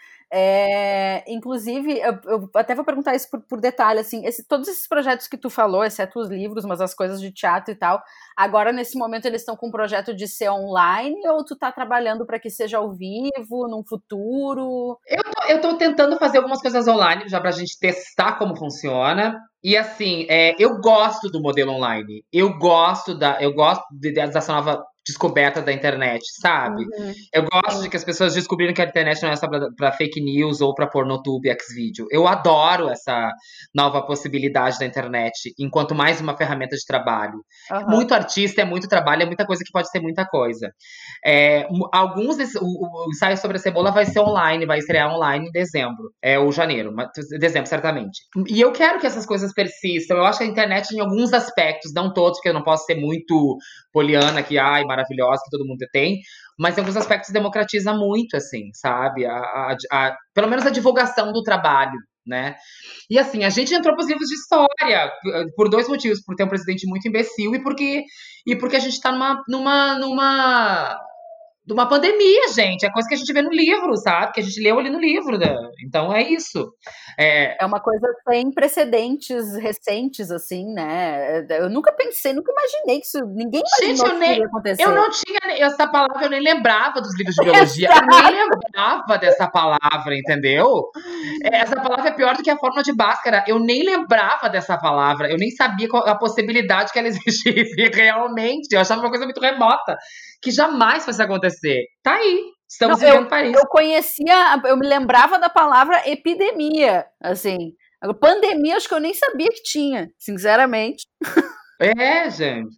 É, inclusive, eu, eu até vou perguntar isso por, por detalhe, assim, esse, todos esses projetos que tu falou, exceto os livros, mas as coisas de teatro e tal, agora nesse momento eles estão com um projeto de ser online ou tu tá trabalhando para que seja ao vivo, num futuro?
Eu tô, eu tô tentando fazer algumas coisas online, já pra gente testar como funciona. E assim, é, eu gosto do modelo online. Eu gosto da, eu gosto de- dessa nova descoberta da internet, sabe?
Uhum.
Eu gosto de que as pessoas descobriram que a internet não é só pra, pra fake news ou pra pornotube, Xvideo. Eu adoro essa nova possibilidade da internet, enquanto mais uma ferramenta de trabalho.
Aham.
Muito artista, é muito trabalho, é muita coisa que pode ser muita coisa. É, m- alguns desses, o, o- o ensaio sobre a cebola vai ser online, vai estrear online em dezembro, é o janeiro, mas- dezembro certamente. E eu quero que essas coisas persistam. Eu acho que a internet, em alguns aspectos, não todos, porque eu não posso ser muito poliana, que ai, maravilhosa, que todo mundo tem, mas em alguns aspectos democratiza muito, assim, sabe? A, a- a- pelo menos a divulgação do trabalho, né? E assim, a gente entrou pros livros de história p- por dois motivos, por ter um presidente muito imbecil e porque, e porque a gente tá numa, numa, numa, numa pandemia, gente. É coisa que a gente vê no livro, sabe? Que a gente leu ali no livro. Né? Então é isso. É,
É uma coisa sem precedentes recentes, assim, né? Eu nunca pensei, nunca imaginei que isso. Ninguém
gente,
imaginou
eu
que isso
nem.
iria acontecer.
Eu não tinha nem- essa palavra, eu nem lembrava dos livros de biologia. Eu nem lembrava dessa palavra, entendeu? É, Essa palavra é pior do que a fórmula de Bhaskara. Eu nem lembrava dessa palavra. Eu nem sabia qual a possibilidade que ela existisse realmente. Eu achava uma coisa muito remota, que jamais fosse acontecer. Tá aí.
Não,
Estamos vivendo
eu,
para isso.
eu conhecia, eu me lembrava da palavra epidemia, assim. Agora, pandemia, acho que eu nem sabia que tinha, sinceramente.
É, gente.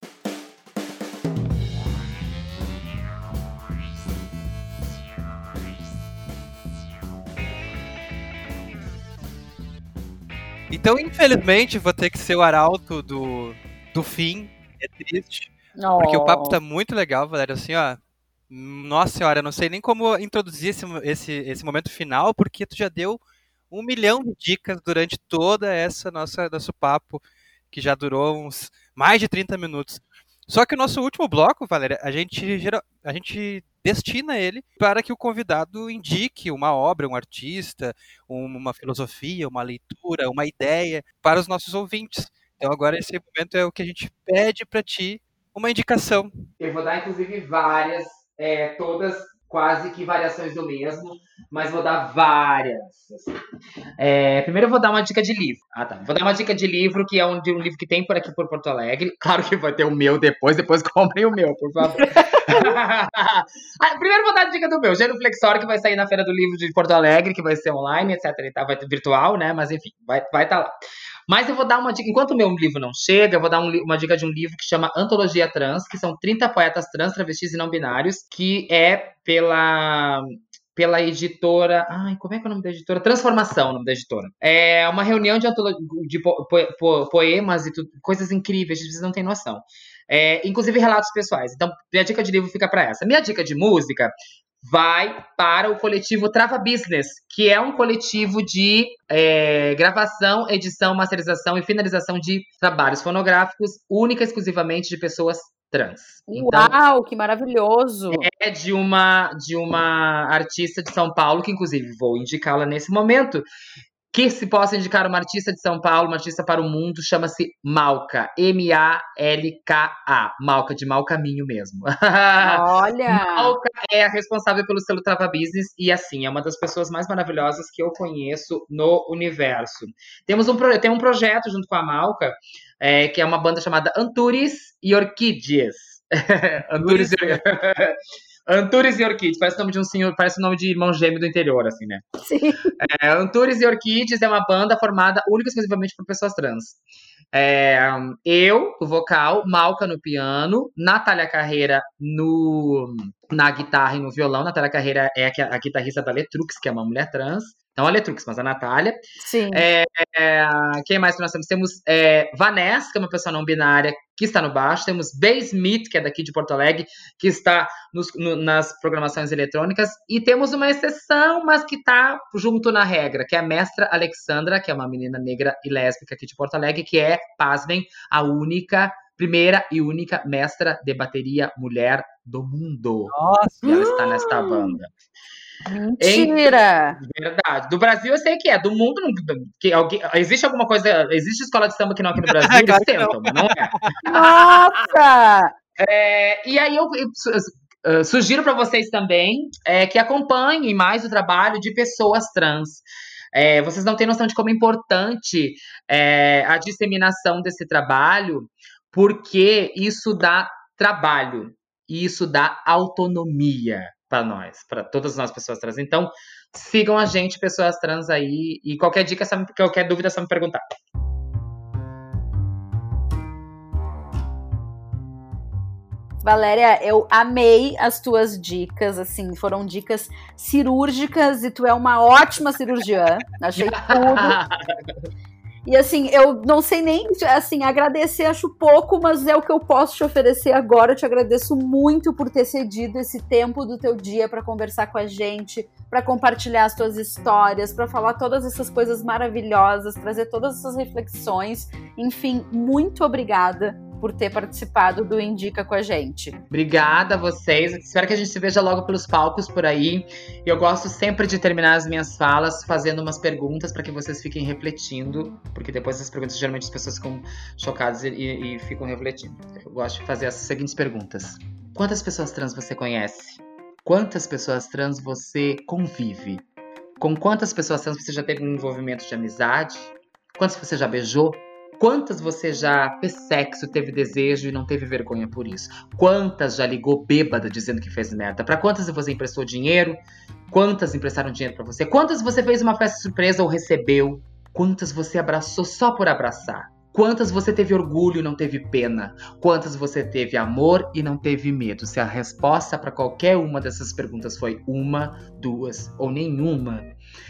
Então, infelizmente, vou ter que ser o arauto do, do fim. É triste. Porque o papo tá muito legal, Valéria. Assim, ó. Nossa senhora, eu não sei nem como introduzir esse, esse, esse momento final, porque tu já deu um milhão de dicas durante toda essa nossa nosso papo, que já durou uns mais de trinta minutos. Só que o nosso último bloco, Valéria, a gente, gera- a gente destina ele para que o convidado indique uma obra, um artista, um- uma filosofia, uma leitura, uma ideia para os nossos ouvintes. Então agora esse momento é o que a gente pede para ti, uma indicação.
Eu vou dar, inclusive, várias, é, todas quase que variações do mesmo, mas vou dar várias. assim. É, primeiro eu vou dar uma dica de livro. Ah, tá. Vou dar uma dica de livro, que é um, de um livro que tem por aqui por Porto Alegre. Claro que vai ter o meu depois, depois comprem o meu, por favor. Ah, primeiro eu vou dar a dica do meu, Gênio Flexório, que vai sair na Feira do Livro de Porto Alegre, que vai ser online, etc e tal, vai ter virtual, né? Mas enfim, vai estar vai tá lá. Mas eu vou dar uma dica, enquanto o meu livro não chega, eu vou dar um li- uma dica de um livro que chama Antologia Trans, que são trinta poetas trans, travestis e não binários, que é pela pela editora. Ai, como é que é o nome da editora? Transformação, o nome da editora. É uma reunião de, antolo- de po- po- po- poemas e tudo, coisas incríveis, vocês não têm noção. É, inclusive relatos pessoais. Então, minha dica de livro fica para essa. Minha dica de música vai para o coletivo Trava Business, que é um coletivo de é, gravação, edição, masterização e finalização de trabalhos fonográficos, única e exclusivamente de pessoas trans. Então,
Uau, que maravilhoso!
é de uma, de uma artista de São Paulo, que inclusive vou indicá-la nesse momento, que se possa indicar uma artista de São Paulo, uma artista para o mundo, chama-se Malka. M A L K A. Malka, de mau caminho mesmo.
Olha!
Malka é a responsável pelo selo Trava Business e, assim, é uma das pessoas mais maravilhosas que eu conheço no universo. Temos um, tem um projeto junto com a Malka, é, que é uma banda chamada Antunes e Orquídeas. Antunes e... Antunes e Orquídeas, parece o nome de um senhor, parece o nome de irmão gêmeo do interior, assim, né?
Sim.
É, Antunes e Orquídeas é uma banda formada única e exclusivamente por pessoas trans. É, eu, o vocal, Malka no piano, Natália Carreira no, na guitarra e no violão. Natália Carreira é a, a guitarrista da Letrux, que é uma mulher trans. Não a Letrux, mas a Natália.
Sim.
É, é, quem mais que nós temos? Temos é, Vanessa, que é uma pessoa não binária, que está no baixo. Temos Bay Smith, que é daqui de Porto Alegre, que está nos, no, nas programações eletrônicas. E temos uma exceção, mas que está junto na regra, que é a mestra Alexandra, que é uma menina negra e lésbica aqui de Porto Alegre, que é, pasmem, a única, primeira e única mestra de bateria mulher do mundo.
Nossa!
E ela está nesta banda.
Mentira!
Em, verdade. Do Brasil eu sei que é. Do mundo, não, que alguém, existe alguma coisa... Existe escola de samba aqui não aqui no Brasil?
Claro
eles
que
tentam, mas não é.
Nossa!
É, e aí eu, eu uh, sugiro para vocês também é, que acompanhem mais o trabalho de pessoas trans. É, vocês não têm noção de como é importante é, a disseminação desse trabalho, porque isso dá trabalho e isso dá autonomia para nós, para todas nós pessoas trans. Então, sigam a gente, pessoas trans aí, e qualquer dica, qualquer dúvida, é só me perguntar.
Valéria, eu amei as tuas dicas, assim, foram dicas cirúrgicas e tu é uma ótima cirurgiã, achei tudo. E assim, eu não sei nem, assim, agradecer, acho pouco, mas é o que eu posso te oferecer agora. Eu te agradeço muito por ter cedido esse tempo do teu dia para conversar com a gente, para compartilhar as tuas histórias, para falar todas essas coisas maravilhosas, trazer todas essas reflexões. Enfim, muito obrigada por ter participado do Indica com a gente.
Obrigada a vocês. Espero que a gente se veja logo pelos palcos por aí. Eu gosto sempre de terminar as minhas falas fazendo umas perguntas para que vocês fiquem refletindo, porque depois das perguntas geralmente as pessoas ficam chocadas e, e, e ficam refletindo. Eu gosto de fazer as seguintes perguntas. Quantas pessoas trans você conhece? Quantas pessoas trans você convive? Com quantas pessoas trans você já teve um envolvimento de amizade? Quantas você já beijou? Quantas você já fez sexo, teve desejo e não teve vergonha por isso? Quantas já ligou bêbada dizendo que fez merda? Pra quantas você emprestou dinheiro? Quantas emprestaram dinheiro pra você? Quantas você fez uma festa surpresa ou recebeu? Quantas você abraçou só por abraçar? Quantas você teve orgulho e não teve pena? Quantas você teve amor e não teve medo? Se a resposta para qualquer uma dessas perguntas foi uma, duas ou nenhuma,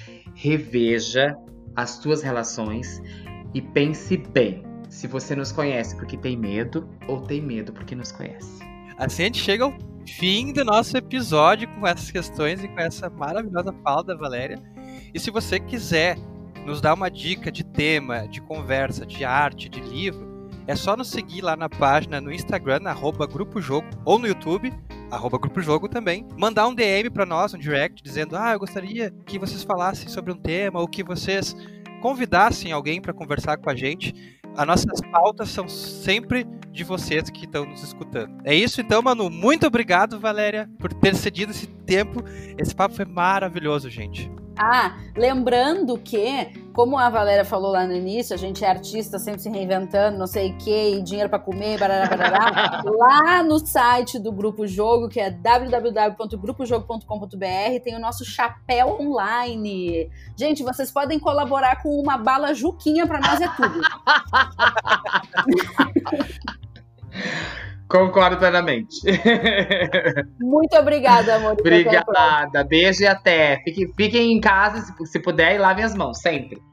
reveja as tuas relações e pense bem se você nos conhece porque tem medo ou tem medo porque nos conhece.
Assim a gente chega ao fim do nosso episódio com essas questões e com essa maravilhosa fala da Valéria. E se você quiser nos dar uma dica de tema, de conversa, de arte, de livro, é só nos seguir lá na página no Instagram, arroba Grupo Jogo, ou no YouTube, arroba Grupo Jogo também. Mandar um D M para nós, um direct, dizendo, ah, eu gostaria que vocês falassem sobre um tema, ou que vocês convidassem alguém para conversar com a gente. As nossas pautas são sempre de vocês que estão nos escutando. É isso então, Manu. Muito obrigado, Valéria, por ter cedido esse tempo. Esse papo foi maravilhoso, gente.
Ah, lembrando que, como a Valéria falou lá no início, a gente é artista, sempre se reinventando, não sei o que, e dinheiro para comer, barará, barará. Lá no site do Grupo Jogo, que é w w w ponto grupo jogo ponto com ponto b r, tem o nosso chapéu online. Gente, vocês podem colaborar com uma bala Juquinha, para nós é tudo.
Concordo plenamente.
Muito obrigada, amor.
Obrigada. Beijo e até. Fiquem, fiquem em casa, se, se puder, e lavem as mãos, sempre.